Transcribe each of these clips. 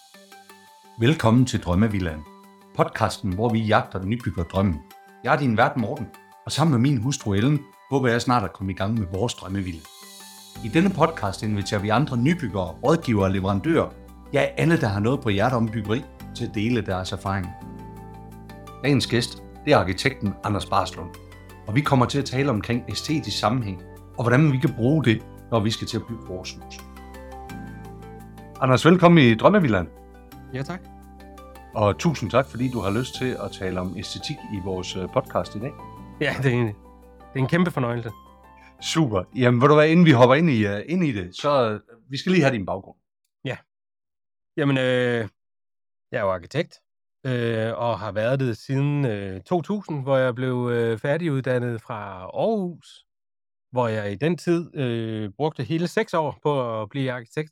Velkommen til Drømmevillaen, podcasten, hvor vi jagter nybyggerdrømmen. Jeg er din vært Morten, og sammen med min hustru Ellen, håber jeg snart at komme i gang med vores drømmevilla. I denne podcast inviterer vi andre nybyggere, rådgivere og leverandører, ja alle, der har noget på hjertet om byggeri, til at dele deres erfaringer. Dagens gæst, det er arkitekten Anders Barslund, og vi kommer til at tale omkring æstetisk sammenhæng, og hvordan vi kan bruge det, når vi skal til at bygge vores hus. Anders, velkommen i Drømmevillaen. Ja, tak. Og tusind tak, fordi du har lyst til at tale om æstetik i vores podcast i dag. Ja, det er en kæmpe fornøjelse. Super. Jamen, ved du hvad, inden vi hopper ind i det, så vi skal lige have din baggrund. Ja. Jamen, jeg er jo arkitekt, og har været det siden 2000, hvor jeg blev færdiguddannet fra Aarhus, hvor jeg i den tid brugte hele 6 år på at blive arkitekt.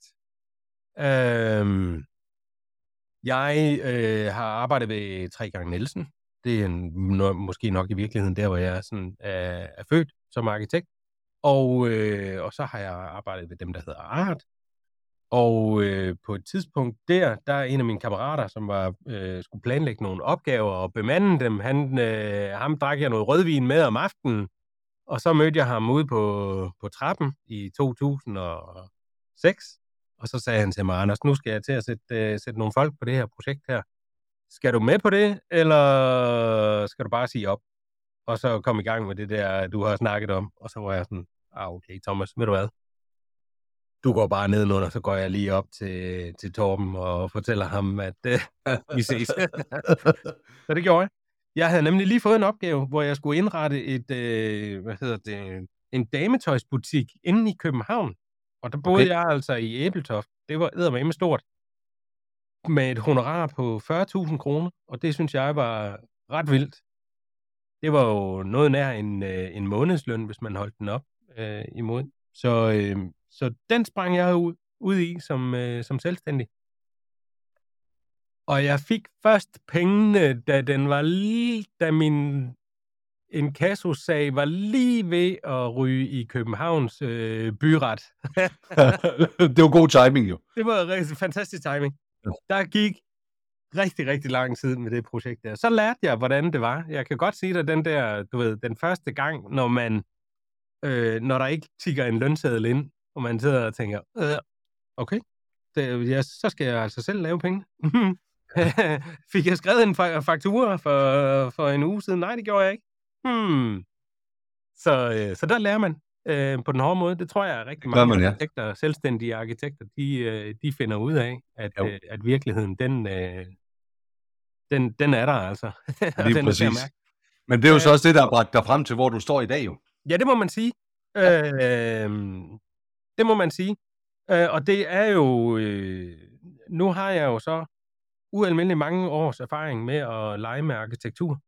Jeg har arbejdet ved 3G Nielsen. Det er måske nok i virkeligheden der, hvor jeg sådan, er født som arkitekt. Og så har jeg arbejdet ved dem, der hedder Art. Og på et tidspunkt der er en af mine kammerater, som skulle planlægge nogle opgaver og bemande dem. Ham drak jeg noget rødvin med om aftenen, og så mødte jeg ham ude på trappen i 2006. Og så sagde han til mig, Anders, nu skal jeg til at sætte nogle folk på det her projekt her. Skal du med på det, eller skal du bare sige op? Og så kom i gang med det der, du har snakket om. Og så var jeg sådan, okay Thomas, ved du hvad? Du går bare nedenunder, så går jeg lige op til Torben og fortæller ham, at vi ses. Så det gjorde jeg. Jeg havde nemlig lige fået en opgave, hvor jeg skulle indrette en dametøjsbutik inde i København. Og der boede jeg altså i Ebeltoft. Det var eddermame stort. Med et honorar på 40.000 kroner, og det synes jeg var ret vildt. Det var jo noget nær en månedsløn, hvis man holdt den op imod. Så den sprang jeg ud i som selvstændig. Og jeg fik først pengene, da min inkassosag var lige ved at ryge i Københavns byret. Det var god timing jo. Det var rigtig fantastisk timing. Der gik rigtig, rigtig lang tid med det projekt der. Så lærte jeg, hvordan det var. Jeg kan godt sige dig, den første gang, når der ikke tikker en lønseddel ind, og man sidder og tænker, okay, så skal jeg altså selv lave penge. Fik jeg skrevet en faktura for en uge siden? Nej, det gjorde jeg ikke. Så der lærer man på den hårde måde. Det tror jeg rigtig mange arkitekter, selvstændige arkitekter, de finder ud af, at virkeligheden, den er der altså. Lige præcis. Men det er jo så også det, der har bragt dig frem til, hvor du står i dag jo. Ja, det må man sige. Det må man sige. Og det er jo... nu har jeg jo så ualmindelig mange års erfaring med at lege med arkitektur.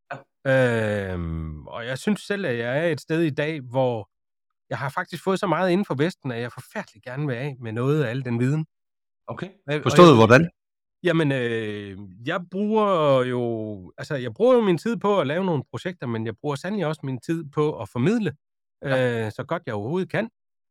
Og jeg synes selv, at jeg er et sted i dag, hvor jeg har faktisk fået så meget inden for Vesten, at jeg forfærdelig gerne vil af med noget af al den viden. Okay. Forstået hvordan? Jamen, jeg bruger jo min tid på at lave nogle projekter, men jeg bruger sandelig også min tid på at formidle, så godt jeg overhovedet kan.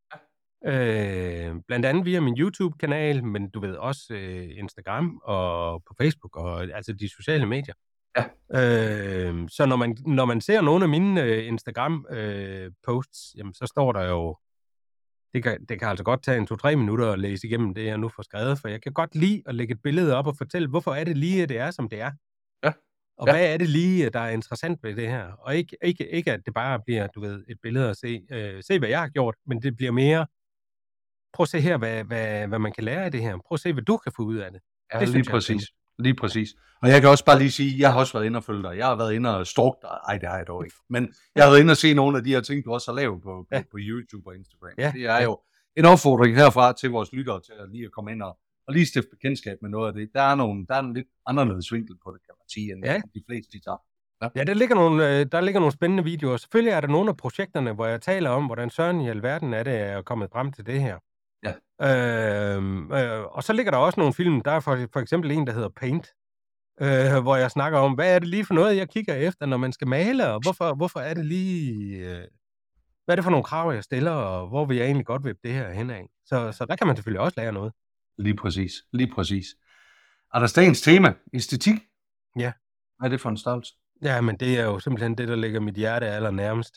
Blandt andet via min YouTube-kanal, men du ved også Instagram og på Facebook og altså de sociale medier. Ja. Så når man ser nogle af mine Instagram-posts, jamen så står der jo, det kan altså godt tage 2-3 minutter at læse igennem det, jeg nu får skrevet, for jeg kan godt lide at lægge et billede op og fortælle, hvorfor er det lige, at det er, som det er. Ja. Og hvad er det lige, der er interessant ved det her? Og ikke at det bare bliver, du ved, et billede at se, hvad jeg har gjort, men det bliver mere, prøv at se her, hvad man kan lære af det her. Prøv at se, hvad du kan få ud af det. Ja, det lige præcis. Lige præcis. Og jeg kan også bare lige sige, jeg har også været inde og følge dig. Jeg har været inde og stalke dig. Ej, det har jeg dog ikke. Men jeg har været inde og se nogle af de her ting, du også har lavet på YouTube og Instagram. Ja. Det er jo en opfordring herfra til vores lyttere til at lige at komme ind og lige stifte bekendtskab med noget af det. Der er en lidt anderledes vinkel på det, kan man sige, end de fleste de tager. Ja, der ligger nogle spændende videoer. Selvfølgelig er der nogle af projekterne, hvor jeg taler om, hvordan søren i alverden er det kommet frem til det her. Ja. Og så ligger der også nogle film, der er for eksempel en, der hedder Paint, hvor jeg snakker om, hvad er det lige for noget, jeg kigger efter, når man skal male, og hvorfor er det lige... hvad er det for nogle krav, jeg stiller, og hvor vil jeg egentlig godt vippe det her henad? Så der kan man selvfølgelig også lære noget. Lige præcis. Anders dagens tema, æstetik. Ja. Hvad er det for en størrelse? Ja, men det er jo simpelthen det, der ligger mit hjerte allernærmest.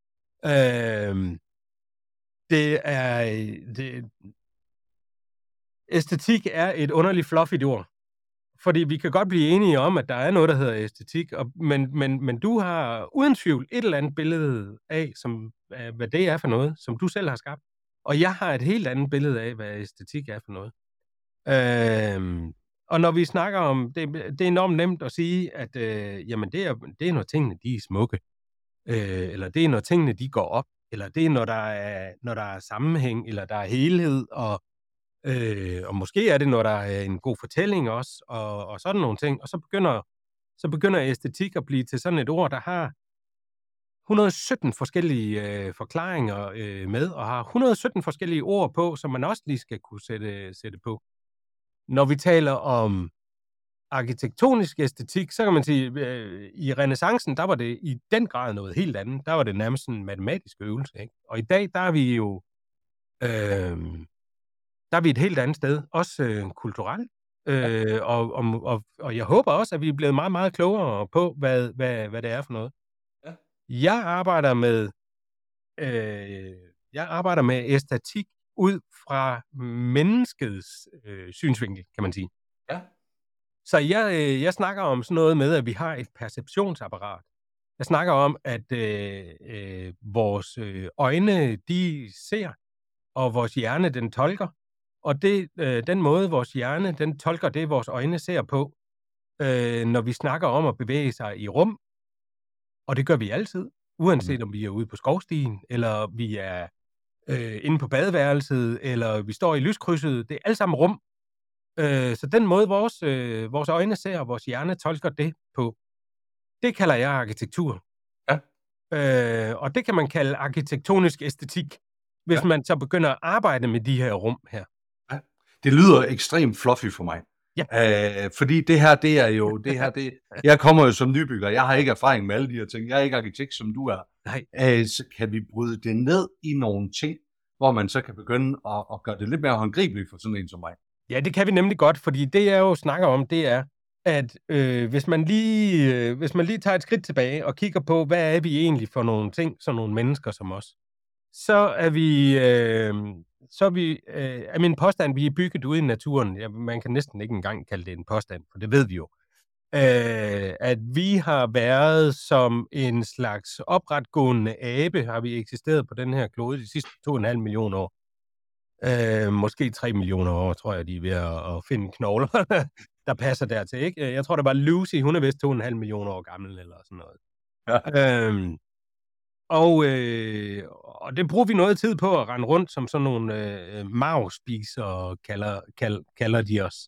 Æstetik er et underligt fluffy ord. Fordi vi kan godt blive enige om, at der er noget, der hedder æstetik, men du har uden tvivl et eller andet billede af, hvad det er for noget, som du selv har skabt. Og jeg har et helt andet billede af, hvad æstetik er for noget. Og når vi snakker om, det er enormt nemt at sige, at jamen det er, når tingene de er smukke, eller det er, når tingene de går op, eller det er, når der er sammenhæng, eller der er helhed, og måske er det, når der er en god fortælling også, og sådan nogle ting. Og så begynder æstetik at blive til sådan et ord, der har 117 forskellige forklaringer med, og har 117 forskellige ord på, som man også lige skal kunne sætte på. Når vi taler om arkitektonisk æstetik, så kan man sige, i renæssancen, der var det i den grad noget helt andet. Der var det nærmest en matematisk øvelse, ikke? Og i dag, der er vi jo der er vi et helt andet sted, også kulturelt. Og jeg håber også, at vi er blevet meget, meget klogere på, hvad det er for noget. Ja. Jeg arbejder med æstetik ud fra menneskets synsvinkel, kan man sige. Ja. Så jeg snakker om sådan noget med, at vi har et perceptionsapparat. Jeg snakker om, at vores øjne, de ser, og vores hjerne, den tolker. Og den måde, vores hjerne, den tolker det, vores øjne ser på, når vi snakker om at bevæge sig i rum. Og det gør vi altid, uanset om vi er ude på skovstien, eller vi er inde på badeværelset, eller vi står i lyskrydset. Det er alt sammen rum. Så den måde, vores øjne ser, og vores hjerne tolker det på, det kalder jeg arkitektur. Ja. Og det kan man kalde arkitektonisk æstetik, hvis man så begynder at arbejde med de her rum her. Ja. Det lyder ekstremt fluffy for mig. Ja. Fordi det her, jeg kommer jo som nybygger, jeg har ikke erfaring med alle de her ting, jeg er ikke arkitekt, som du er. Nej. Så kan vi bryde det ned i nogle ting, hvor man så kan begynde at gøre det lidt mere håndgribeligt for sådan en som mig. Ja, det kan vi nemlig godt, fordi det jeg jo snakker om, det er, at hvis man lige tager et skridt tilbage og kigger på, hvad er vi egentlig for nogle ting, sådan nogle mennesker som os, så er min påstand, vi er bygget ude i naturen. Ja, man kan næsten ikke engang kalde det en påstand, for det ved vi jo. At vi har været som en slags opretgående abe, har vi eksisteret på den her klode de sidste 2,5 millioner år. Måske 3 millioner år, tror jeg, de er ved at finde knogler, der passer dertil, ikke? Jeg tror, det var Lucy, hun er vist 2,5 millioner år gammel, eller sådan noget. Ja. Og det bruger vi noget tid på at rende rundt som sådan nogle marvspisere, kalder de os.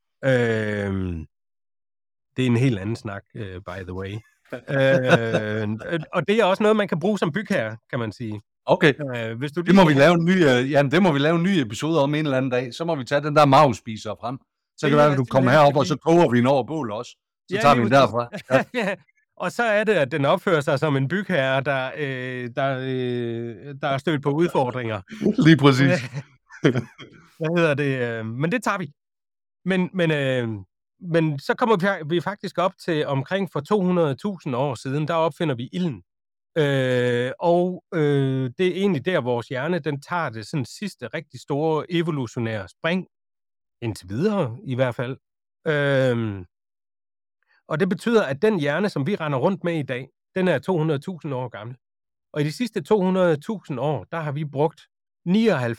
Det er en helt anden snak, by the way. Og det er også noget, man kan bruge som bygherre, kan man sige. Okay, det må vi lave en ny episode om en eller anden dag. Så må vi tage den der marvspiser frem. Så kan det være, at du kommer herop, og så koger vi en over bål også. Så tager vi den derfra. Ja. Og så er det, at den opfører sig som en bygherre, der er stødt på udfordringer. Lige præcis. Hvad hedder det? Men det tager vi. Men så kommer vi faktisk op til omkring for 200.000 år siden, der opfinder vi ilden. Det er egentlig der, vores hjerne, den tager det sådan sidste rigtig store evolutionære spring, indtil videre i hvert fald. Og det betyder, at den hjerne, som vi render rundt med i dag, den er 200.000 år gammel. Og i de sidste 200.000 år, der har vi brugt 99,999%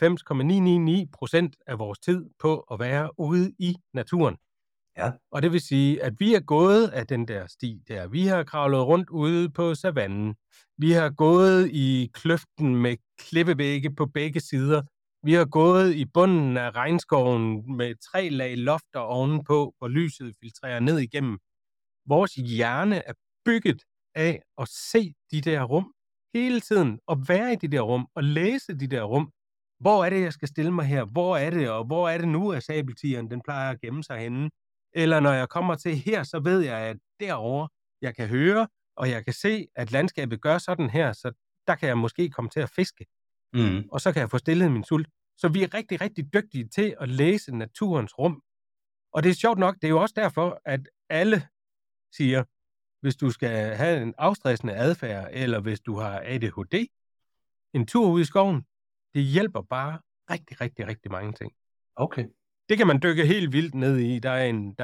af vores tid på at være ude i naturen. Ja. Og det vil sige, at vi er gået af den der sti der. Vi har kravlet rundt ude på savannen. Vi har gået i kløften med klippevægge på begge sider. Vi har gået i bunden af regnskoven med 3 lag lofter ovenpå, hvor lyset filtrerer ned igennem. Vores hjerne er bygget af at se de der rum hele tiden, og være i de der rum, og læse de der rum. Hvor er det, jeg skal stille mig her? Hvor er det, og hvor er det nu, at sabeltigeren, den plejer at gemme sig henne? Eller når jeg kommer til her, så ved jeg, at derovre, jeg kan høre, og jeg kan se, at landskabet gør sådan her, så der kan jeg måske komme til at fiske. Og så kan jeg få stillet min sult. Så vi er rigtig, rigtig dygtige til at læse naturens rum. Og det er sjovt nok, det er jo også derfor, at alle siger, hvis du skal have en afstressende adfærd, eller hvis du har ADHD, en tur ud i skoven, det hjælper bare rigtig, rigtig, rigtig mange ting. Okay. Det kan man dykke helt vildt ned i. Der er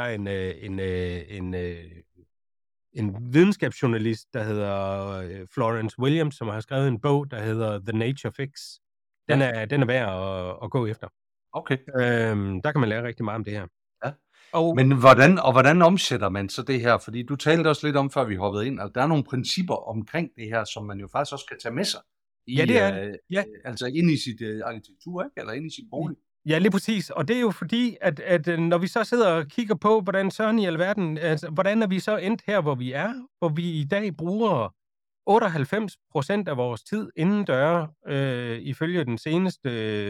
en videnskabsjournalist, der hedder Florence Williams, som har skrevet en bog, der hedder The Nature Fix. Den er værd at gå efter. Okay. Der kan man lære rigtig meget om det her. Ja. Men hvordan omsætter man så det her? Fordi du talte også lidt om, før vi hoppede ind, at der er nogle principper omkring det her, som man jo faktisk også kan tage med sig. Ja, det er det. Ja. Altså ind i sit arkitektur, ikke? Eller ind i sit bolig. Ja, lige præcis. Og det er jo fordi, at når vi så sidder og kigger på, hvordan søren i alverden, altså, hvordan er vi så endt her, hvor vi er, hvor vi i dag bruger 98% af vores tid indendøre, ifølge den seneste,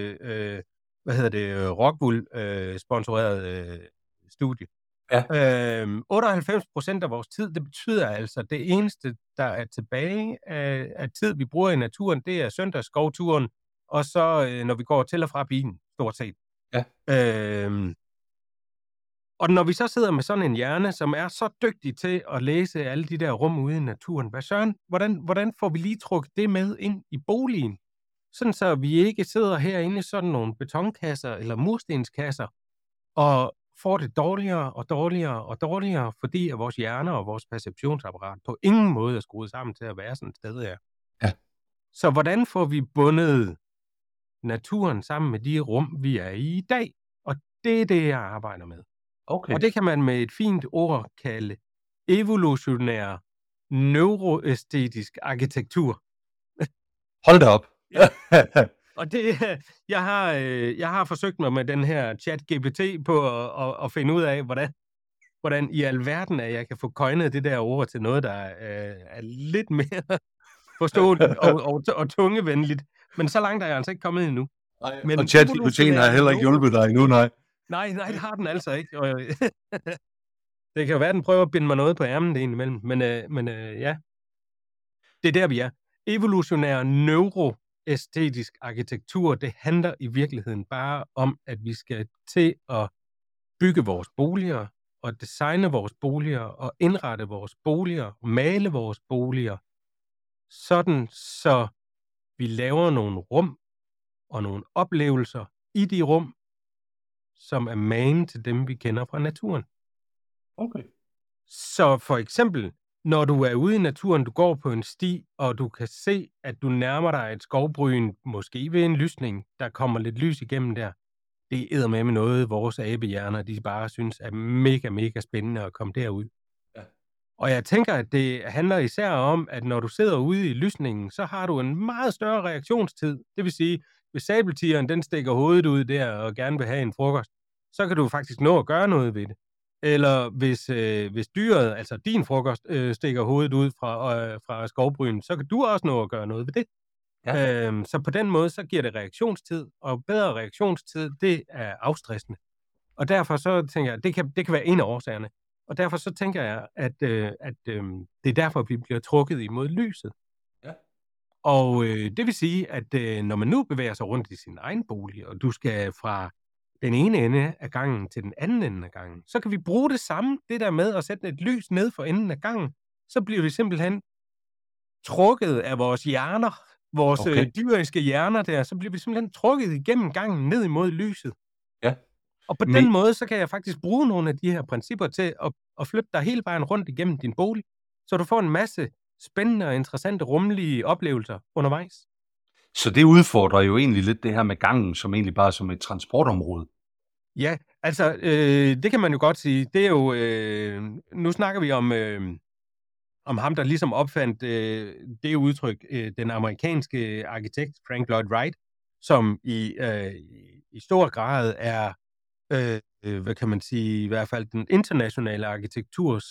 Rockwool sponsoreret studie. Ja. 98% af vores tid, det betyder altså, at det eneste, der er tilbage af tid, vi bruger i naturen, det er søndagsskovturen, og så når vi går til og fra bilen, stort set. Ja. Og når vi så sidder med sådan en hjerne, som er så dygtig til at læse alle de der rum ude i naturen, hvad søren, hvordan får vi lige trukket det med ind i boligen? Sådan så vi ikke sidder herinde i sådan nogle betonkasser eller murstenskasser, og får det dårligere og dårligere og dårligere, fordi at vores hjerner og vores perceptionsapparat på ingen måde er skruet sammen til at være sådan et sted her. Ja. Så hvordan får vi bundet naturen sammen med de rum, vi er i dag? Og det er det, jeg arbejder med. Okay. Og det kan man med et fint ord kalde evolutionær neuroæstetisk arkitektur. Hold da op. Ja. Og det, jeg har forsøgt mig med den her ChatGPT på at finde ud af, hvordan i alverden at jeg kan få coinet det der ord til noget, der er lidt mere forståeligt og tungevenligt. Men så langt er jeg altså ikke kommet endnu. Men og ChatGPT har heller ikke hjulpet dig endnu, nej. Nej, det har den altså ikke. Det kan jo være, at den prøver at binde mig noget på ærmen indimellem. Men ja, det er der, vi er. Evolutionær neuroæstetisk arkitektur, det handler i virkeligheden bare om, at vi skal til at bygge vores boliger, og designe vores boliger, og indrette vores boliger, og male vores boliger, sådan så vi laver nogle rum og nogle oplevelser i de rum, som er magen til dem, vi kender fra naturen. Okay. Så for eksempel, når du er ude i naturen, du går på en sti, og du kan se, at du nærmer dig et skovbryn, måske ved en lysning, der kommer lidt lys igennem der. Det er eddermame noget, vores abehjerner, de bare synes er mega, mega spændende at komme derud. Ja. Og jeg tænker, at det handler især om, at når du sidder ude i lysningen, så har du en meget større reaktionstid. Det vil sige, hvis sabeltigeren den stikker hovedet ud der og gerne vil have en frokost, så kan du faktisk nå at gøre noget ved det. Eller hvis dyret, altså din frokost, stikker hovedet ud fra skovbrynen, så kan du også nå at gøre noget ved det. Ja. Så på den måde, så giver det reaktionstid, og bedre reaktionstid, det er afstressende. Og derfor så tænker jeg, det kan være en af årsagerne. Og derfor så tænker jeg, at det er derfor, vi bliver trukket imod lyset. Ja. Og det vil sige, at når man nu bevæger sig rundt i sin egen bolig, og du skal fra den ene ende af gangen til den anden ende af gangen, så kan vi bruge det samme, det der med at sætte et lys ned for enden af gangen. Så bliver vi simpelthen trukket af vores hjerner, vores dyriske hjerner der, så bliver vi simpelthen trukket igennem gangen ned imod lyset. Ja. Og på den måde, så kan jeg faktisk bruge nogle af de her principper til at flytte dig hele vejen rundt igennem din bolig, så du får en masse spændende og interessante, rummelige oplevelser undervejs. Så det udfordrer jo egentlig lidt det her med gangen, som egentlig bare som et transportområde. Ja, altså, det kan man jo godt sige. Det er jo, nu snakker vi om ham, der ligesom opfandt det udtryk, den amerikanske arkitekt Frank Lloyd Wright, som i stor grad er, hvad kan man sige, i hvert fald den internationale arkitekturs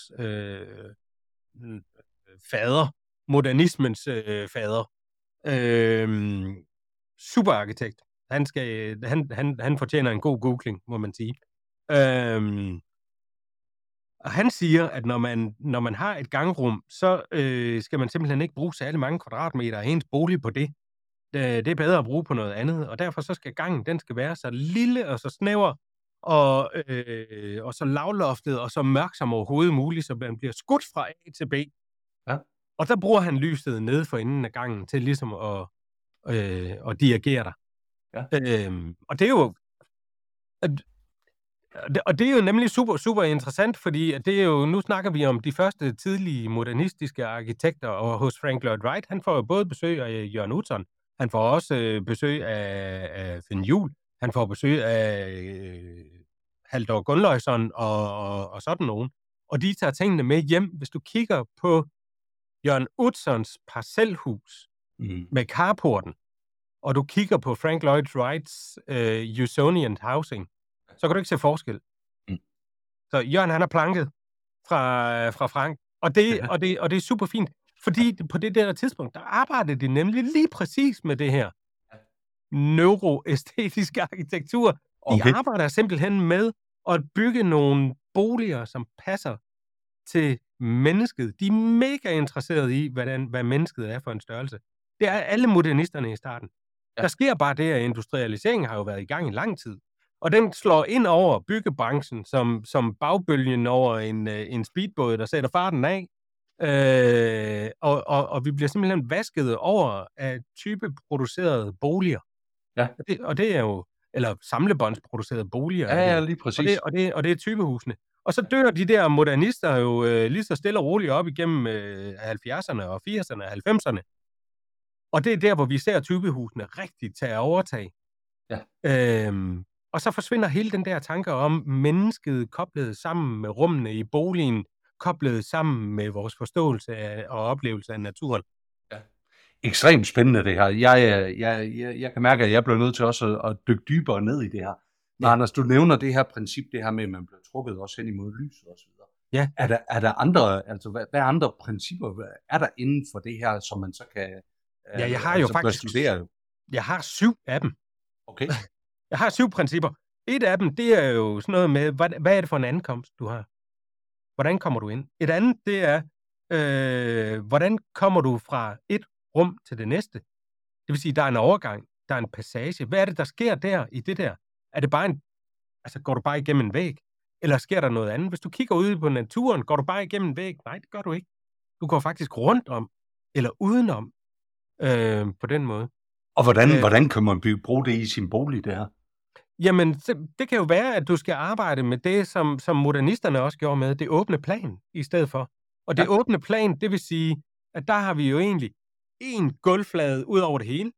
fader, modernismens fader. Superarkitekt. Han fortjener en god googling, må man sige. Og han siger, at når man har et gangrum, så skal man simpelthen ikke bruge særlig mange kvadratmeter af ens bolig på det. Det er bedre at bruge på noget andet, og derfor så skal gangen, den skal være så lille og så snæver og så lavloftet, og så mørk som overhovedet muligt, så man bliver skudt fra A til B. Ja. Og der bruger han lyset nede for enden af gangen til ligesom at dirigere dig. Ja. Og det er jo... Og det er jo nemlig super, super interessant, fordi det er jo, nu snakker vi om de første tidlige modernistiske arkitekter, og hos Frank Lloyd Wright, han får jo både besøg af Jørgen Utzon, han får også besøg af Finn Juhl, han får besøg af Halldor Gunnløgsson og sådan nogen. Og de tager tingene med hjem. Hvis du kigger på Jørgen Utzons parcelhus med carporten, og du kigger på Frank Lloyd Wrights Usonian Housing, så kan du ikke se forskel. Så Jørgen, han har planket fra Frank, og det er super fint, fordi på det der tidspunkt, der arbejdede de nemlig lige præcis med det her neuroæstetiske arkitektur. De arbejder simpelthen med at bygge nogle boliger, som passer til mennesket. De er mega interesserede i, hvad mennesket er for en størrelse. Det er alle modernisterne i starten. Der sker bare det, at industrialiseringen har jo været i gang i lang tid. Og den slår ind over byggebranchen som bagbølgen over en speedbåd, der sætter farten af. Og vi bliver simpelthen vasket over af typeproducerede boliger. Ja. Og det er jo, eller samlebåndsproducerede boliger. Ja, lige præcis. Og det er typehusene. Og så dør de der modernister jo lige så stille og roligt op igennem 70'erne og 80'erne og 90'erne. Og det er der, hvor vi ser typehusene rigtig tage overtag. Ja. Og så forsvinder hele den der tanke om mennesket koblet sammen med rummene i boligen, koblet sammen med vores forståelse og oplevelse af naturen. Ja. Ekstremt spændende det her. Jeg kan mærke, at jeg bliver nødt til også at dykke dybere ned i det her. Men Anders, du nævner det her princip, det her med, at man bliver trukket også hen imod lyset og så videre. Ja. Er der andre, altså hvad andre principper er der inden for det her, som man så kan jeg har jo faktisk studere? Jeg har 7 af dem. Okay. Jeg har 7 principper. Et af dem, det er jo sådan noget med, hvad er det for en ankomst, du har? Hvordan kommer du ind? Et andet, det er, hvordan kommer du fra et rum til det næste? Det vil sige, der er en overgang, der er en passage. Hvad er det, der sker der i det der? Er det bare går du bare igennem en væg? Eller sker der noget andet? Hvis du kigger ud på naturen, går du bare igennem en væg? Nej, det gør du ikke. Du går faktisk rundt om, eller udenom, på den måde. Og hvordan kan man bruge det i sin bolig, det her? Jamen, det kan jo være, at du skal arbejde med det, som modernisterne også gjorde med, det åbne plan i stedet for. Og det åbne plan, det vil sige, at der har vi jo egentlig en gulvflade ud over det hele.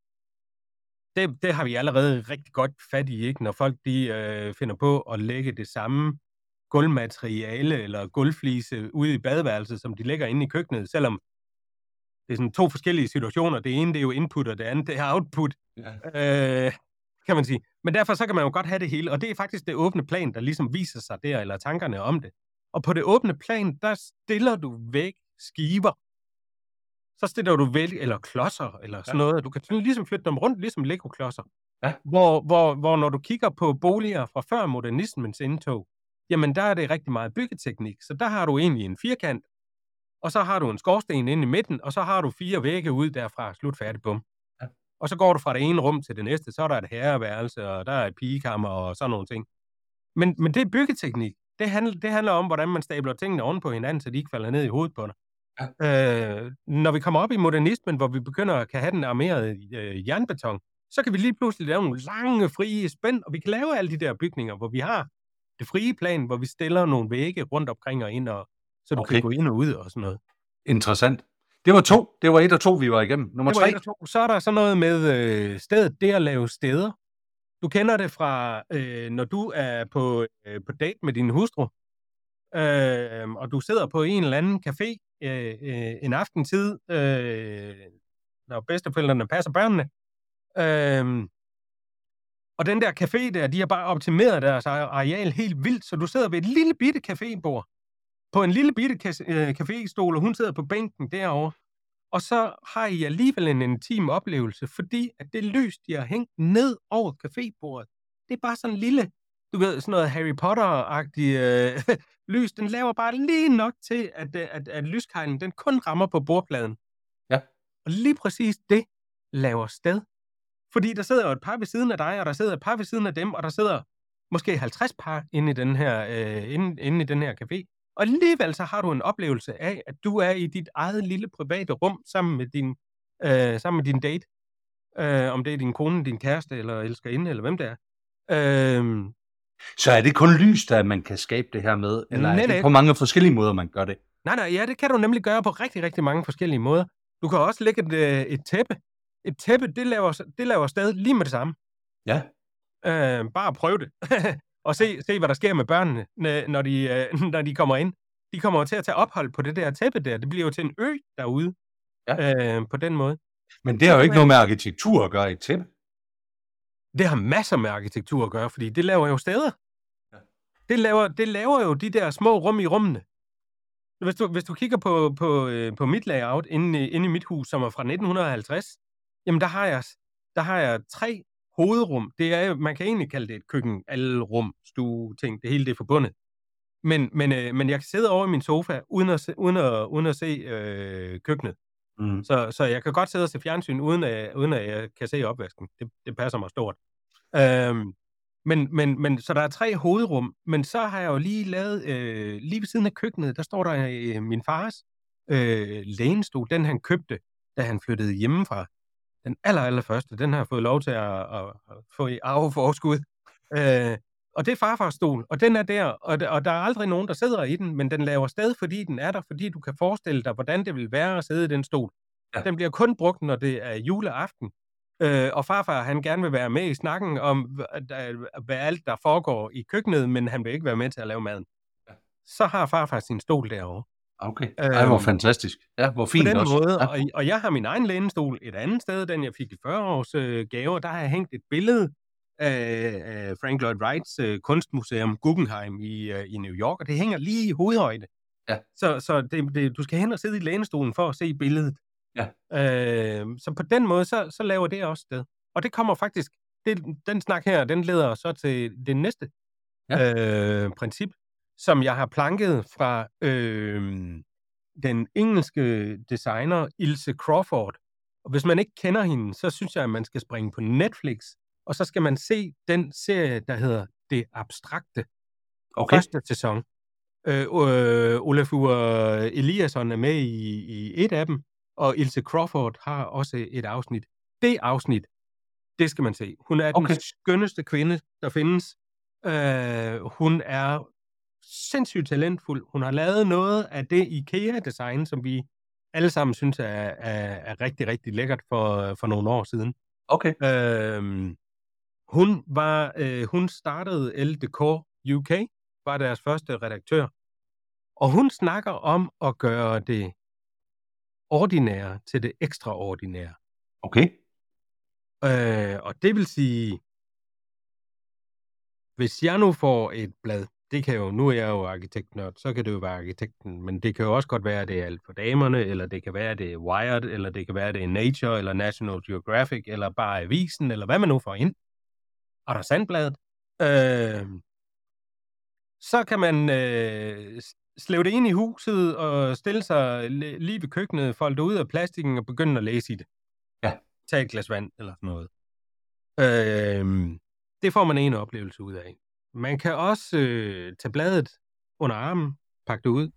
Det har vi allerede rigtig godt fat i, ikke? Når folk de finder på at lægge det samme gulvmateriale eller gulvflise ude i badeværelset, som de lægger inde i køkkenet, selvom det er sådan 2 forskellige situationer. Det ene, det er jo input, og det andet, det er output. Ja. Kan man sige. Men derfor så kan man jo godt have det hele, og det er faktisk det åbne plan, der ligesom viser sig der, eller tankerne om det. Og på det åbne plan, der stiller du vægskiver. Så stiller du eller klodser, eller sådan noget. Du kan ligesom flytte dem rundt, ligesom Lego-klodser. Ja. Hvor når du kigger på boliger fra før modernismens indtog, jamen der er det rigtig meget byggeteknik. Så der har du egentlig en firkant, og så har du en skorsten inde i midten, og så har du 4 vægge ud derfra, slut færdig, bum. Ja. Og så går du fra det ene rum til det næste, så er der et herreværelse, og der er et pigekammer og sådan nogle ting. Men det er byggeteknik. Det handler om, hvordan man stabler tingene oven på hinanden, så de ikke falder ned i hovedet på dig. Ja. Når vi kommer op i modernismen, hvor vi begynder at kan have den armerede jernbeton, så kan vi lige pludselig lave nogle lange, frie spænd, og vi kan lave alle de der bygninger, hvor vi har det frie plan, hvor vi stiller nogle vægge rundt omkring og ind, og så du kan gå ind og ud og sådan noget. Interessant. Det var 2. Det var 1 og 2, vi var igennem. Nummer 3. Så er der sådan noget med stedet, det at lave steder. Du kender det fra, når du er på date med din hustru, og du sidder på en eller anden café en aftentid, når bedsteforældrene passer børnene. Og den der café der, de har bare optimeret deres areal helt vildt, så du sidder ved et lille bitte cafébord på en lille bitte caféstol, og hun sidder på bænken derovre. Og så har I alligevel en intim oplevelse, fordi at det lys, de har hængt ned over cafébordet, det er bare sådan en lille, du ved, sådan noget Harry Potter-agtigt lys. Den laver bare lige nok til, at lyskejlen, den kun rammer på bordpladen. Ja. Og lige præcis det laver sted. Fordi der sidder jo et par ved siden af dig, og der sidder et par ved siden af dem, og der sidder måske 50 par inde i den her, inde i den her café. Og alligevel så har du en oplevelse af, at du er i dit eget lille private rum sammen med din date. Om det er din kone, din kæreste, eller elskerinde, eller hvem det er. Så er det kun lys, der man kan skabe det her med, eller er det på mange forskellige måder, man gør det? Nej, ja, det kan du nemlig gøre på rigtig, rigtig mange forskellige måder. Du kan også lægge et tæppe. Et tæppe, det laver sted lige med det samme. Ja. Bare prøv det. Og se, hvad der sker med børnene, når de kommer ind. De kommer jo til at tage ophold på det der tæppe der. Det bliver jo til en ø derude. Ja. På den måde. Men det har jo ikke noget med arkitektur at gøre i et tæppe. Det har masser med arkitektur at gøre, fordi det laver jo steder. Ja. Det laver jo de der små rum i rummene. Hvis du kigger på mit layout inde i mit hus, som er fra 1950, jamen der har jeg 3 hovedrum. Det er, man kan egentlig kalde det et køkken, alle rum, stue, ting, det hele det er forbundet. Men jeg kan sidde over i min sofa, uden at se køkkenet. Mm. Så jeg kan godt sidde og se fjernsyn, uden at jeg kan se opvasken. Det passer mig stort. Men så der er 3 hovedrum, men så har jeg jo lige lavet, lige ved siden af køkkenet, der står der min fars lænestol, den han købte, da han flyttede hjemmefra. Den allerførste, den har jeg fået lov til at få i arveforskud. Og det er farfars stol, og den er der, og der er aldrig nogen, der sidder i den, men den laver sted, fordi den er der, fordi du kan forestille dig, hvordan det vil være at sidde i den stol. Ja. Den bliver kun brugt, når det er juleaften, og farfar, han gerne vil være med i snakken om, hvad alt der foregår i køkkenet, men han vil ikke være med til at lave maden. Ja. Så har farfar sin stol derovre. Okay. Hvor fantastisk. Ja, hvor fint på den også. Måde, ja. og jeg har min egen lænestol et andet sted, den jeg fik i 40-års gave, der har jeg hængt et billede af Frank Lloyd Wrights kunstmuseum Guggenheim i New York, og det hænger lige i hovedhøjde. Ja. Så du skal hen og sidde i lænestolen for at se billedet. Ja. Så på den måde, så laver det også sted. Og det kommer faktisk, den snak her, den leder så til det næste princip, som jeg har planket fra den engelske designer Ilse Crawford. Og hvis man ikke kender hende, så synes jeg, at man skal springe på Netflix, og så skal man se den serie, der hedder Det Abstrakte. Okay. Første sæson. Olafur Eliasson er med i et af dem, og Ilse Crawford har også et afsnit. Det afsnit, det skal man se. Hun er den skønneste kvinde, der findes. Hun er sindssygt talentfuld. Hun har lavet noget af det IKEA-design, som vi alle sammen synes er rigtig, rigtig lækkert for nogle år siden. Okay. Hun startede Elle Decor UK, var deres første redaktør, og hun snakker om at gøre det ordinære til det ekstraordinære. Okay. Og det vil sige, hvis jeg nu får et blad, det kan jo, nu er jeg jo arkitektnørd, så kan det jo være arkitekten, men det kan jo også godt være, at det er alt for damerne, eller det kan være, at det er Wired, eller det kan være, at det er Nature, eller National Geographic, eller bare Avisen, eller hvad man nu får ind. Og der er Sandbladet. Så kan man slæve det ind i huset, og stille sig lige ved køkkenet, folde det ud af plastikken, og begynde at læse i det. Ja. Tag et glas vand, eller sådan noget. Det får man en oplevelse ud af. Man kan også tage bladet under armen, pakke det ud,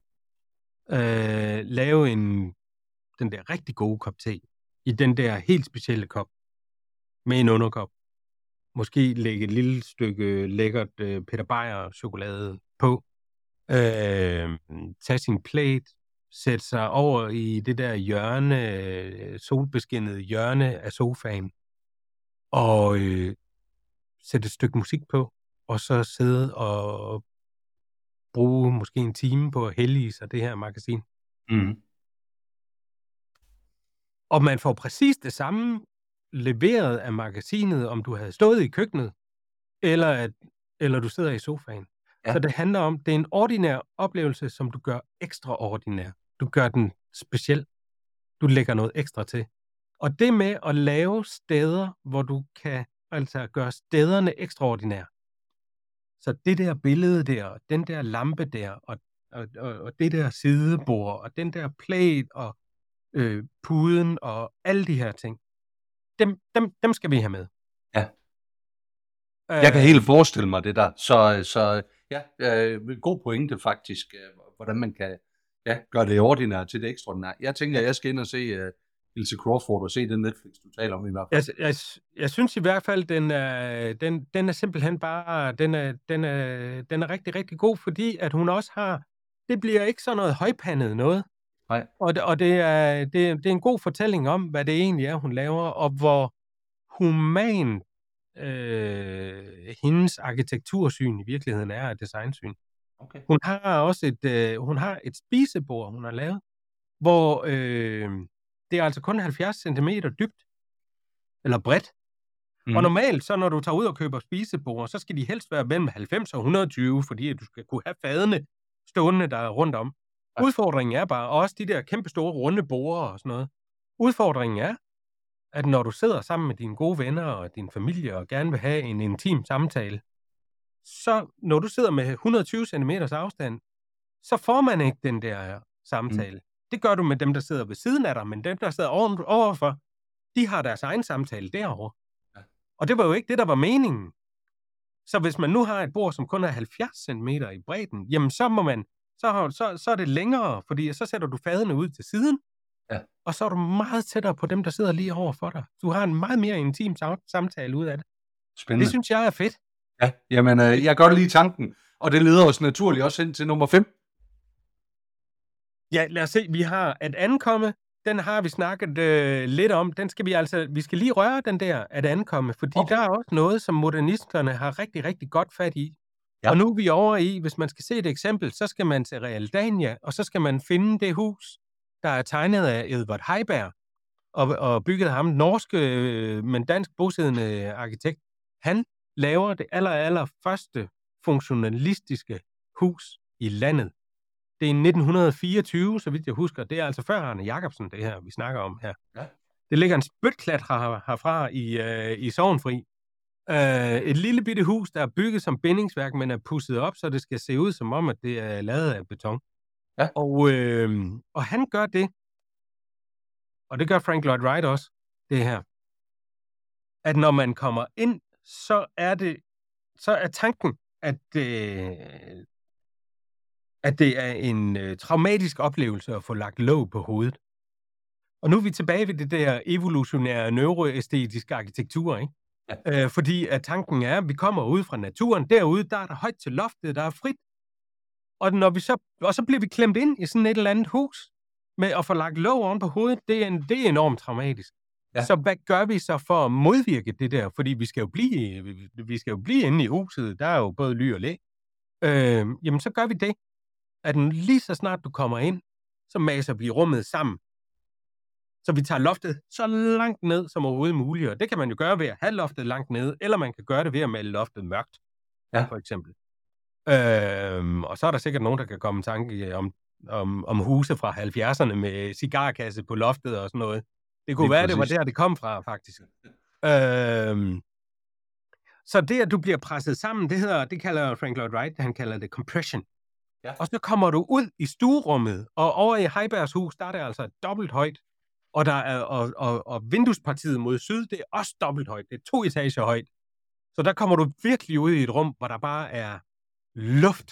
lave den der rigtig gode kop te, i den der helt specielle kop, med en underkop. Måske lægge et lille stykke lækkert Peter Beyer chokolade på. Tage sin plate, sætte sig over i det der hjørne, solbeskinnede hjørne af sofaen, og sætte et stykke musik på, og så sidde og bruge måske en time på at hellige sig det her magasin. Mm. Og man får præcis det samme leveret af magasinet, om du havde stået i køkkenet, eller du sidder i sofaen. Ja. Så det handler om, det er en ordinær oplevelse, som du gør ekstraordinær. Du gør den speciel. Du lægger noget ekstra til. Og det med at lave steder, hvor du kan altså gøre stederne ekstraordinære. Så det der billede der, den der lampe der, og det der sidebord, og den der plate, og puden, og alle de her ting, dem skal vi have med. Ja. Jeg kan helt forestille mig det der. Så ja, god pointe faktisk, hvordan man kan gøre det ordinære til det ekstraordinære. Jeg tænker, jeg skal ind og se Ilse Crawford og se den Netflix, du taler om i hvert fald. Jeg synes i hvert fald, den er simpelthen bare, den er rigtig, rigtig god, fordi at hun også har, det bliver ikke sådan noget højpandet noget. Nej. Og det er en god fortælling om, hvad det egentlig er, hun laver, og hvor human hendes arkitektursyn i virkeligheden er et designsyn. Okay. Hun har også et spisebord, hun har lavet, hvor det er altså kun 70 cm dybt, eller bredt. Og normalt, så når du tager ud og køber spisebord, så skal de helst være mellem 90 og 120, fordi du skal kunne have fadene stående der rundt om. Ja. Udfordringen er bare, og også de der kæmpe store runde borde og sådan noget. Udfordringen er, at når du sidder sammen med dine gode venner og din familie og gerne vil have en intim samtale, så når du sidder med 120 cm afstand, så får man ikke den der samtale. Det gør du med dem, der sidder ved siden af dig, men dem, der sidder overfor, de har deres egen samtale derovre. Ja. Og det var jo ikke det, der var meningen. Så hvis man nu har et bord, som kun er 70 cm i bredden, jamen så må man, så er det længere, fordi så sætter du fadene ud til siden, og så er du meget tættere på dem, der sidder lige over for dig. Du har en meget mere intim samtale ud af det. Spændende. Det synes jeg er fedt. Ja, jamen, jeg kan godt lide tanken, og det leder os naturligt også ind til nummer 5. Ja, lad os se. Vi har at ankomme. Den har vi snakket lidt om. Den skal vi skal lige røre den der at ankomme, fordi der er også noget, som modernisterne har rigtig, rigtig godt fat i. Ja. Og nu er vi over i, hvis man skal se et eksempel, så skal man til Realdania, og så skal man finde det hus, der er tegnet af Edvard Heiberg, og bygget ham, norske, men dansk bosiddende arkitekt. Han laver det aller første funktionalistiske hus i landet. Det er i 1924, så vidt jeg husker. Det er altså før Arne Jacobsen, det her, vi snakker om her. Ja. Det ligger en spytklat herfra i Sorgenfri. Et lille bitte hus, der er bygget som bindingsværk, men er pudset op, så det skal se ud som om, at det er lavet af beton. Ja. Og han gør det, og det gør Frank Lloyd Wright også, det her, at når man kommer ind, så er tanken, at det er en traumatisk oplevelse at få lagt låg på hovedet. Og nu er vi tilbage ved det der evolutionære neuroæstetiske arkitektur, ikke? Ja. Fordi at tanken er, at vi kommer ud fra naturen. Derude, der er der højt til loftet, der er frit. Og så bliver vi klemt ind i sådan et eller andet hus med at få lagt låg oven på hovedet. Det er enormt traumatisk. Ja. Så hvad gør vi så for at modvirke det der? Fordi vi skal jo blive inde i huset. Der er jo både ly og læ. Jamen, så gør vi det, at lige så snart du kommer ind, så maser vi rummet sammen. Så vi tager loftet så langt ned som overhovedet muligt, og det kan man jo gøre ved at have loftet langt nede, eller man kan gøre det ved at male loftet mørkt, for eksempel. Og så er der sikkert nogen, der kan komme i tanke om huse fra 70'erne med cigarkasse på loftet og sådan noget. Det kunne være, det var der, det kom fra, faktisk. Så det, at du bliver presset sammen, det kalder Frank Lloyd Wright, han kalder det compression. Ja. Og så kommer du ud i stuerummet, og over i Heibergs hus, der er det altså dobbelt højt. Og der er og vinduespartiet mod syd, det er også dobbelt højt. Det er 2 etager højt. Så der kommer du virkelig ud i et rum, hvor der bare er luft.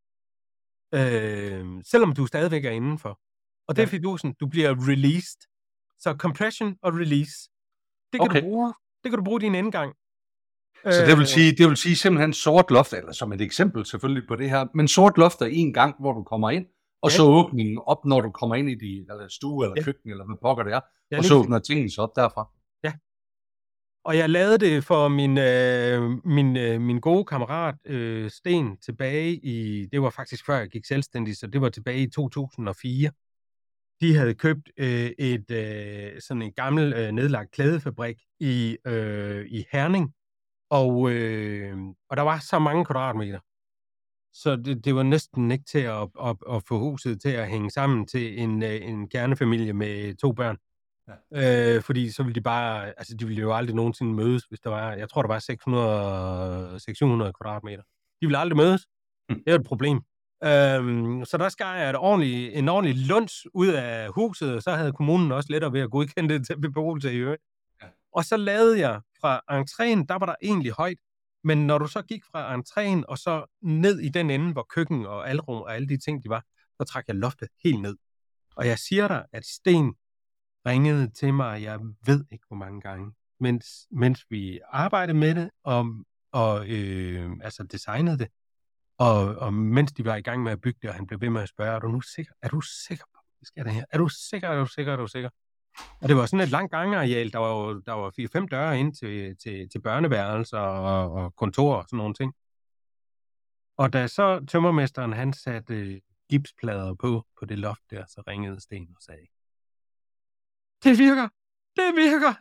Selvom du stadigvæk er indenfor. Og det er fidusen, du bliver released. Så compression og release. Det kan du bruge din indgang. Så det vil sige simpelthen sort loft, eller som et eksempel selvfølgelig på det her, men sort loft er en gang, hvor du kommer ind, og så åbningen op, når du kommer ind i eller stue eller køkken, eller hvad pokker det er, og så åbner tingene så op derfra. Ja. Og jeg lavede det for min gode kammerat Sten tilbage i, det var faktisk før jeg gik selvstændig, så det var tilbage i 2004. De havde købt sådan en gammel nedlagt klædefabrik i Herning, og der var så mange kvadratmeter. Så det var næsten ikke til at få huset til at hænge sammen til en kernefamilie med 2 børn. Ja. Fordi så ville de bare, altså de ville jo aldrig nogensinde mødes, hvis der var, jeg tror der var 600 kvadratmeter. De ville aldrig mødes. Det er et problem. Så der skar jeg en ordentlig luns ud af huset, og så havde kommunen også lettere ved at godkende det til beboelse i øvrigt. Ja. Og så lavede jeg fra entréen, der var der egentlig højt, Men når du så gik fra entréen og så ned i den ende, hvor køkken og alrum og alle de ting, de var, så trak jeg loftet helt ned. Og jeg siger dig, at Sten ringede til mig, jeg ved ikke hvor mange gange, mens vi arbejdede med det, og altså designede det, og mens de var i gang med at bygge det, og han blev ved med at spørge, er du nu sikker? Er du sikker på, at vi skal det her? Er du sikker? Er du sikker? Er du sikker? Og det var sådan et langt gangareal. Der var 4-5 døre ind til børneværelser og kontor og sådan nogle ting. Og da så tømmermesteren, han satte gipsplader på det loft der, så ringede Sten og sagde, det virker! Det virker!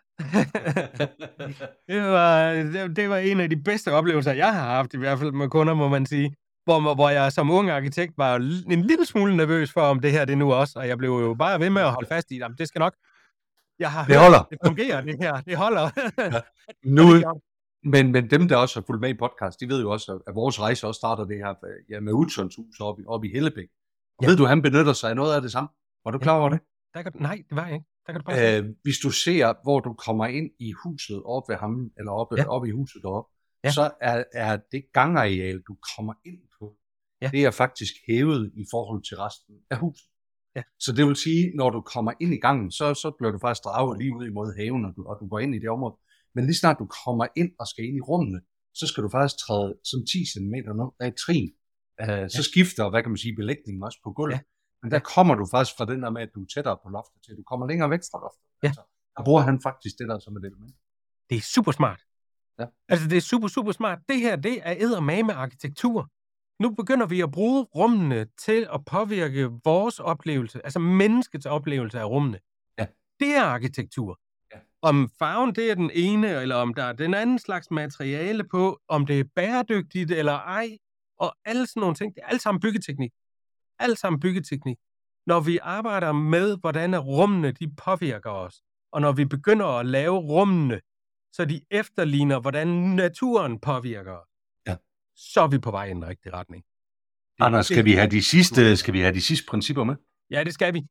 det var en af de bedste oplevelser, jeg har haft, i hvert fald med kunder, må man sige. Hvor jeg som ung arkitekt var en lille smule nervøs for, om det her det nu også, og jeg blev jo bare ved med at holde fast i, at det skal nok. Jeg har det holder. Det fungerer, det her. Det holder. Ja. Nu, men dem, der også har fulgt med i podcast, de ved jo også, at vores rejse også starter det her med Utzons hus oppe i Hellebæk. Og ved du, han benytter sig af noget af det samme? Var du klar over det? Nej, det var jeg ikke. Der kan du bare hvis du ser, hvor du kommer ind i huset oppe ved ham, eller oppe i huset deroppe, så er det gangareal, du kommer ind på, det er faktisk hævet i forhold til resten af huset. Ja. Så det vil sige, når du kommer ind i gangen, så bliver du faktisk draget lige ud imod haven, og du går ind i det område. Men lige snart du kommer ind og skal ind i rummene, så skal du faktisk træde sådan 10 cm ned af et trin. Så skifter, hvad kan man sige, belægningen også på gulvet. Ja. Men der kommer du faktisk fra den der med, at du er tættere på loftet til, du kommer længere væk fra loftet. Ja. Altså, der bruger han faktisk det der som et element. Det er super smart. Ja. Altså, det er super, super smart. Det her, det er eddermame arkitektur. Nu begynder vi at bruge rummene til at påvirke vores oplevelse, altså menneskets oplevelse af rummene. Ja. Det er arkitektur. Ja. Om farven, det er den ene, eller om der er den anden slags materiale på, om det er bæredygtigt eller ej, og alle sådan nogle ting, det er alt sammen byggeteknik. Alt sammen byggeteknik. Når vi arbejder med, hvordan rummene de påvirker os, og når vi begynder at lave rummene, så de efterligner, hvordan naturen påvirker os, så er vi på vej i den rigtige retning. Anders, skal vi have de sidste principper med? Ja, det skal vi.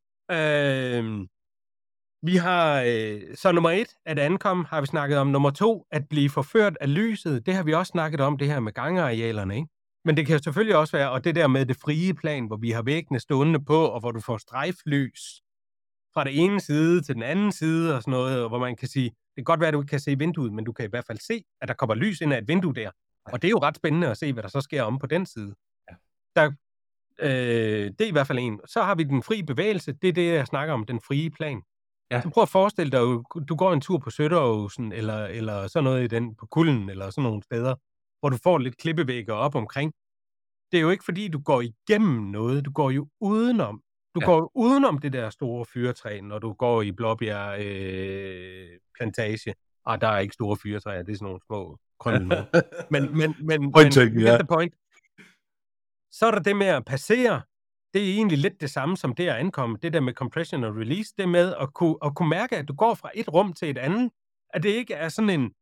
Vi har så nummer 1, at ankomme, har vi snakket om. Nummer 2, at blive forført af lyset. Det har vi også snakket om, det her med gangarealerne, ikke? Men det kan jo selvfølgelig også være, og det der med det frie plan, hvor vi har væggene stående på, og hvor du får strejflys fra den ene side til den anden side og sådan noget, hvor man kan sige, det kan godt være, at du ikke kan se vinduet, men du kan i hvert fald se, at der kommer lys ind af et vindue der. Og det er jo ret spændende at se, hvad der så sker om på den side. Ja. Det er i hvert fald en. Så har vi den frie bevægelse. Det er det, jeg snakker om, den frie plan. Ja. Så prøv at forestille dig, du går en tur på Sønderåsen, eller sådan noget i den, på Kulden, eller sådan nogle steder, hvor du får lidt klippevægge op omkring. Det er jo ikke, fordi du går igennem noget. Du går jo udenom. Du går udenom det der store fyretræ, når du går i Blåbjerg plantage. Der er ikke store fyretræer, det er sådan nogle små krømmel. Men point. Så er der det med at passere. Det er egentlig lidt det samme som det at ankomme. Det der med compression og release, det med at kunne mærke, at du går fra et rum til et andet. At det ikke er sådan en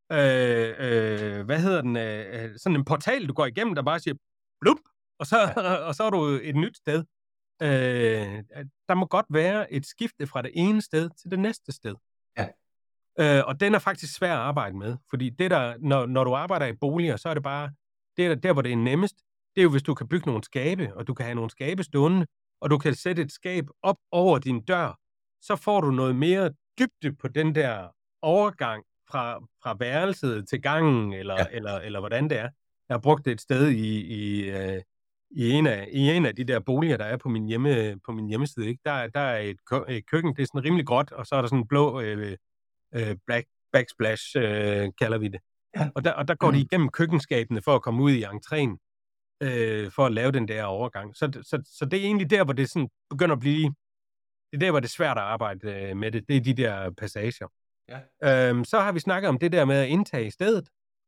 sådan en portal, du går igennem, der bare siger blup, og så er du et nyt sted. Der må godt være et skifte fra det ene sted til det næste sted. Ja. Og den er faktisk svær at arbejde med, fordi det der, når du arbejder i boliger, så er det bare, der hvor det er nemmest, det er jo, hvis du kan bygge nogle skabe, og du kan have nogle skabe stående, og du kan sætte et skab op over din dør, så får du noget mere dybde på den der overgang fra værelset til gangen, eller hvordan det er. Jeg har brugt det et sted i en af de der boliger, der er på min hjemmeside. Ikke? Der er et køkken, det er sådan rimelig gråt, og så er der sådan en blå backsplash, kalder vi det. Ja. Og der går de igennem køkkenskabene for at komme ud i entréen, for at lave den der overgang. Så det er egentlig der, hvor det sådan begynder at blive, det er der, hvor det er svært at arbejde med det. Det er de der passager. Ja. Så har vi snakket om det der med at indtage stedet.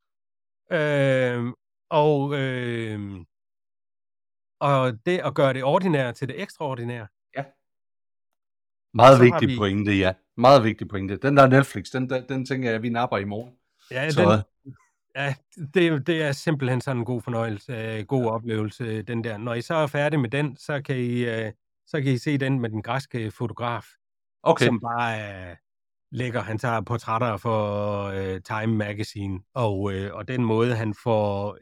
Og det at gøre det ordinære til det ekstraordinære. Ja. Meget vigtig pointe, ja. Meget vigtig pointe. Den der Netflix, den tænker jeg, at vi napper i morgen. Ja, det er simpelthen sådan en god fornøjelse, god oplevelse, den der. Når I så er færdige med den, så kan I se den med den græske fotograf, som bare er lægger. Han tager portrætter for Time Magazine, og den måde, han får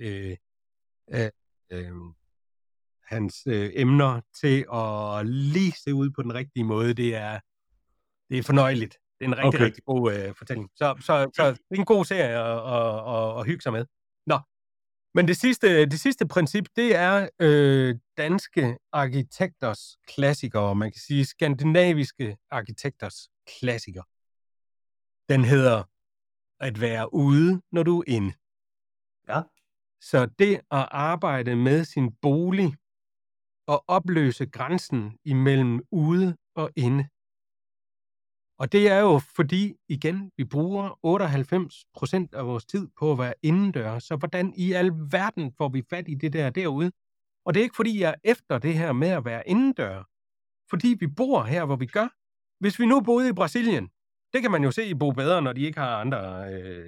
hans emner til at lige se ud på den rigtige måde, det er fornøjeligt. Det er en rigtig, rigtig god fortælling. Så det er en god serie at hygge sig med. Nå, men det sidste princip, det er danske arkitekters klassikere, man kan sige skandinaviske arkitekters klassiker. Den hedder at være ude, når du er inde. Ja. Så det at arbejde med sin bolig og opløse grænsen imellem ude og inde. Og det er jo fordi, igen, vi bruger 98% af vores tid på at være indendørs. Så hvordan i alverden får vi fat i det der derude? Og det er ikke fordi, jeg er efter det her med at være indendørs. Fordi vi bor her, hvor vi gør. Hvis vi nu boede i Brasilien, det kan man jo se i Bo Bedre, når de ikke har andre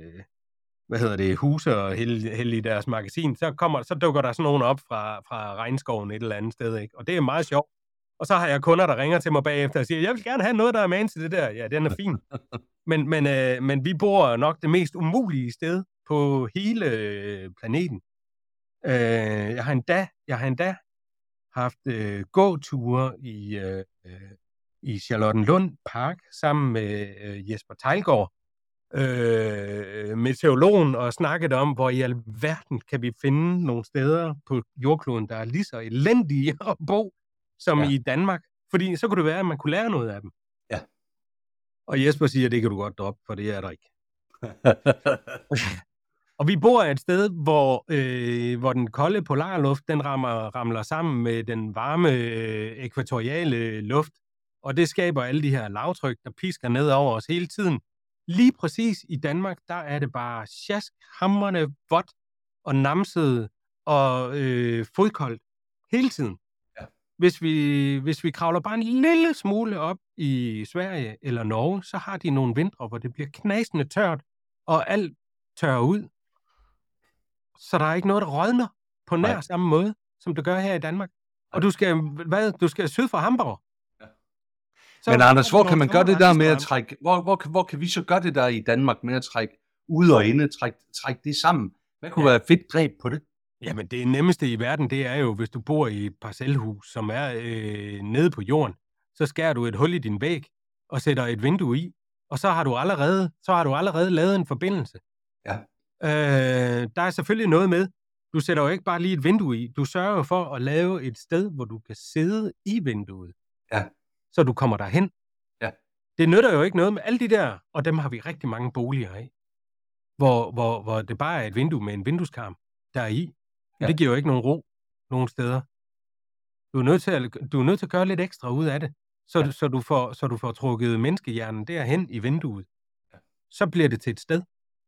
huse og hælde i deres magasin. Så dukker der sådan nogen op fra regnskoven et eller andet sted. Ikke? Og det er meget sjovt. Og så har jeg kunder, der ringer til mig bagefter og siger, jeg vil gerne have noget, der er man til det der. Ja, den er fin. Men vi bor nok det mest umulige sted på hele planeten. Jeg har endda haft gåture i Charlottenlund Park sammen med Jesper Teilgaard, meteorologen, og snakket om, hvor i alverden kan vi finde nogle steder på jordkloden, der er lige så elendige at bo, som i Danmark. Fordi så kunne det være, at man kunne lære noget af dem. Ja. Og Jesper siger, at det kan du godt droppe, for det er der ikke. Og vi bor et sted, hvor den kolde polarluft, den ramler sammen med den varme ækvatoriale luft, og det skaber alle de her lavtryk, der pisker ned over os hele tiden. Lige præcis i Danmark, der er det bare sjaskhamrende vådt og namset og fodkoldt hele tiden. Ja. Hvis vi kravler bare en lille smule op i Sverige eller Norge, så har de nogle vintre, hvor det bliver knasende tørt, og alt tørrer ud. Så der er ikke noget, der rådner på nær samme måde, som det gør her i Danmark. Og du skal syd for Hamburg. Ja. Men Anders, hvor kan man gøre det der med at trække, hvor kan vi så gøre det der i Danmark med at trække ude og inde, trække det sammen? Hvad kunne være et fedt greb på det? Jamen det nemmeste i verden, det er jo, hvis du bor i et parcelhus, som er nede på jorden, så skærer du et hul i din væg og sætter et vindue i, og så har du allerede lavet en forbindelse. Ja. Der er selvfølgelig noget med, du sætter jo ikke bare lige et vindue i, du sørger jo for at lave et sted, hvor du kan sidde i vinduet, så du kommer derhen. Ja. Det nytter jo ikke noget med alle de der, og dem har vi rigtig mange boliger af, hvor det bare er et vindue med en vindueskarm, der er i. Ja. Det giver jo ikke nogen ro nogen steder. Du er nødt til at gøre lidt ekstra ud af det, så du får trukket menneskehjernen derhen i vinduet. Ja. Så bliver det til et sted.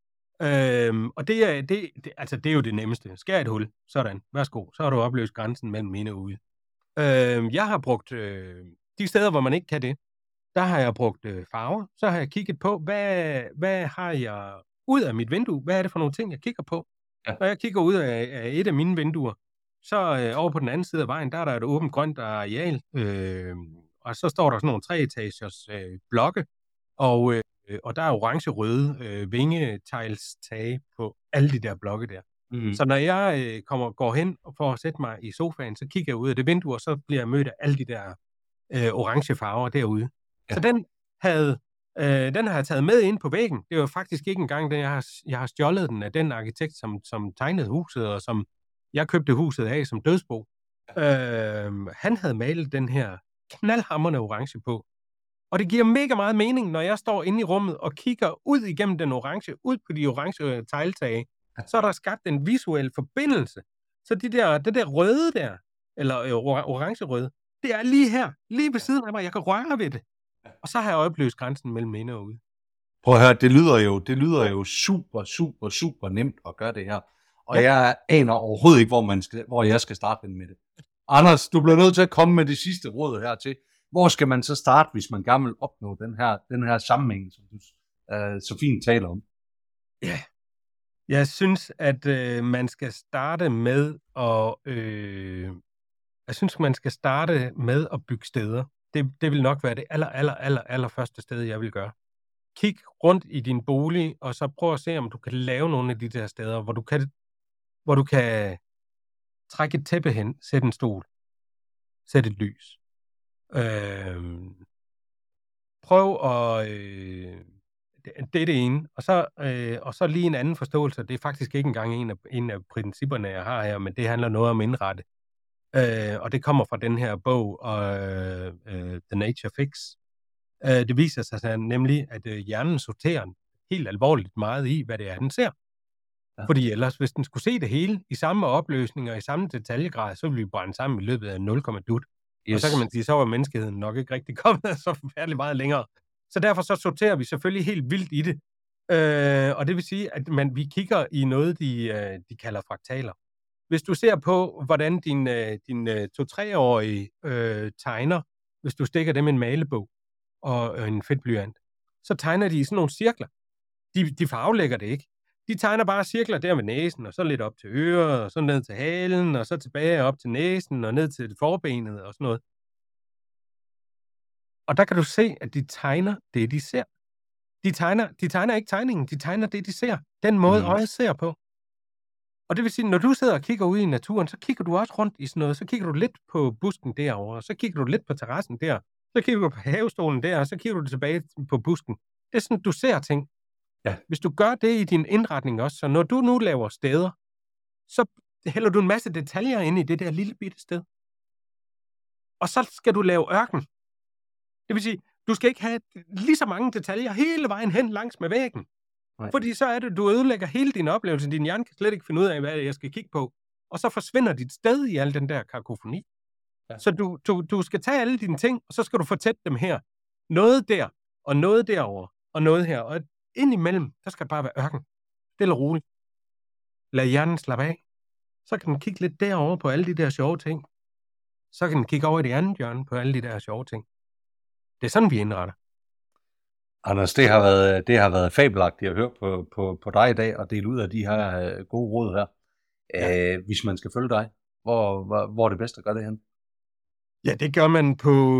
Og det er jo det nemmeste. Skær et hul. Sådan. Værsgo. Så har du opløst grænsen mellem inde og ude. Jeg har brugt de steder, hvor man ikke kan det, der har jeg brugt farver. Så har jeg kigget på, hvad har jeg ud af mit vindue? Hvad er det for nogle ting, jeg kigger på? Ja. Når jeg kigger ud af et af mine vinduer, så over på den anden side af vejen, der er der et åbent grønt areal, og så står der sådan nogle 3-etagers blokke, og der er orange-røde vingeteglstage på alle de der blokke der. Mm. Så når jeg går hen for at sætte mig i sofaen, så kigger jeg ud af det vindue, og så bliver jeg mødt af alle de der orange farver derude. Ja. Så den har jeg taget med ind på væggen. Det var faktisk ikke engang den, jeg har stjålet den af den arkitekt, som tegnede huset, og som jeg købte huset af som dødsbo. Ja. Han havde malet den her knaldhamrende orange på. Og det giver mega meget mening, når jeg står inde i rummet og kigger ud igennem den orange, ud på de orange tegltage. Så er der skabt en visuel forbindelse. Så det der røde der, eller orange-røde, det er lige her, lige ved siden af mig. Jeg kan røre ved det. Og så har jeg opløst grænsen mellem inde og ude. Prøv at høre, det lyder jo super nemt at gøre det her. Og jeg aner overhovedet ikke, hvor jeg skal starte med det. Anders, du bliver nødt til at komme med det sidste råd her til. Hvor skal man så starte, hvis man gerne vil opnå den her sammenhæng, som du så fint taler om? Ja, jeg synes, at man skal starte med at bygge steder. Det vil nok være det aller første sted, jeg vil gøre. kig rundt i din bolig, og så prøv at se, om du kan lave nogle af de der steder, hvor du kan trække et tæppe hen, sætte en stol, sætte et lys. Prøv at... det er det ene. Og så lige en anden forståelse. Det er faktisk ikke engang en af principperne, jeg har her, men det handler noget om indrette. Og det kommer fra den her bog, The Nature Fix. Det viser sig nemlig, at hjernen sorterer helt alvorligt meget i, hvad det er, den ser. Ja. Fordi ellers, hvis den skulle se det hele i samme opløsning og i samme detaljegrad, så ville vi brænde sammen i løbet af 0,1. Yes. Og så kan man sige, så var menneskeheden nok ikke rigtig kommet så forfærdeligt meget længere. Så derfor så sorterer vi selvfølgelig helt vildt i det. Og det vil sige, at vi kigger i noget, de kalder fraktaler. Hvis du ser på, hvordan din 2-3-årige tegner, hvis du stikker dem i en malebog og en fedtblyant, så tegner de i sådan nogle cirkler. De farvelægger det ikke. De tegner bare cirkler der ved næsen, og så lidt op til øret, og så ned til halen, og så tilbage op til næsen, og ned til forbenet og sådan noget. Og der kan du se, at de tegner det, de ser. De tegner ikke tegningen, de tegner det, de ser. Den måde, øjet ser på. Og det vil sige, når du sidder og kigger ud i naturen, så kigger du også rundt i sådan noget. Så kigger du lidt på busken derovre, så kigger du lidt på terrassen der, så kigger du på havestolen der, og så kigger du tilbage på busken. Det er sådan, du ser ting. Ja. Hvis du gør det i din indretning også, så når du nu laver steder, så hælder du en masse detaljer ind i det der lille bitte sted. Og så skal du lave ørken. Det vil sige, du skal ikke have lige så mange detaljer hele vejen hen langs med væggen. Nej. Fordi så er det, du ødelægger hele din oplevelse. Din hjerne kan slet ikke finde ud af, hvad jeg skal kigge på. Og så forsvinder dit sted i al den der kakofoni. Ja. Så du skal tage alle dine ting, og så skal du fortætte dem her. Noget der, og noget derover og noget her. Og indimellem, der skal bare være ørken. Stille og roligt. Lad hjernen slappe af. Så kan den kigge lidt derover på alle de der sjove ting. Så kan den kigge over i det andet hjørne på alle de der sjove ting. Det er sådan, vi indretter. Anders, det har været fabelagtigt at høre på dig i dag, og dele ud af de her gode råd her. Ja. Hvis man skal følge dig, hvor er det bedst at gøre det hen? Ja, det gør man på...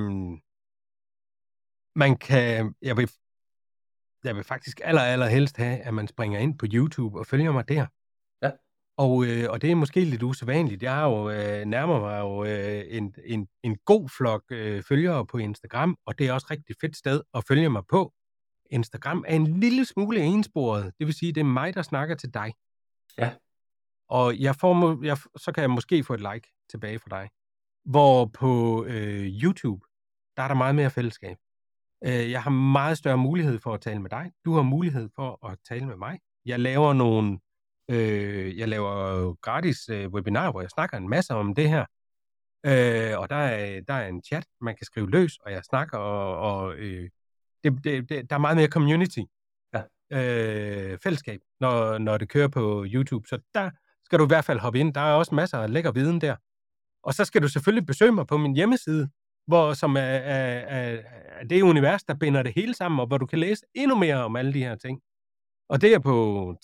man kan... Jeg vil faktisk allerhelst have, at man springer ind på YouTube og følger mig der. Ja. Og det er måske lidt usædvanligt. Jeg har jo nærmer mig jo en god flok følgere på Instagram, og det er også et rigtig fedt sted at følge mig på. Instagram er en lille smule ensporet. Det vil sige, det er mig, der snakker til dig. Ja. Og så kan jeg måske få et like tilbage fra dig. Hvor på YouTube, der er der meget mere fællesskab. Jeg har meget større mulighed for at tale med dig. Du har mulighed for at tale med mig. Jeg laver gratis webinarer, hvor jeg snakker en masse om det her. Og der er en chat, man kan skrive løs, og jeg snakker, og der er meget mere community. Ja. Fællesskab, når det kører på YouTube. Så der skal du i hvert fald hoppe ind. Der er også masser af lækker viden der. Og så skal du selvfølgelig besøge mig på min hjemmeside, som er det univers, der binder det hele sammen, og hvor du kan læse endnu mere om alle de her ting. Og det er på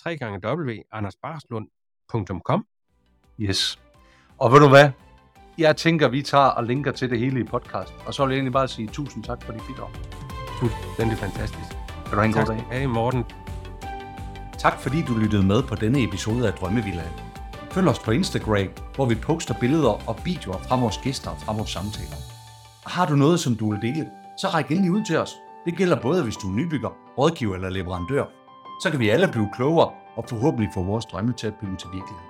www.andersbarslund.com. Yes. Og ved du hvad? Jeg tænker, vi tager og linker til det hele i podcast. Og så vil jeg egentlig bare sige tusind tak for dit bidrag. Fuldstændig fantastisk. Kan du have en god dag? Hej, Morten. Tak fordi du lyttede med på denne episode af Drømmevillaen. Følg os på Instagram, hvor vi poster billeder og videoer fra vores gæster og fra vores samtaler. Og har du noget, som du vil dele, så ræk endelig ud til os. Det gælder både, hvis du er nybygger, rådgiver eller leverandør. Så kan vi alle blive klogere og forhåbentlig få vores drømme til at blive til virkelighed.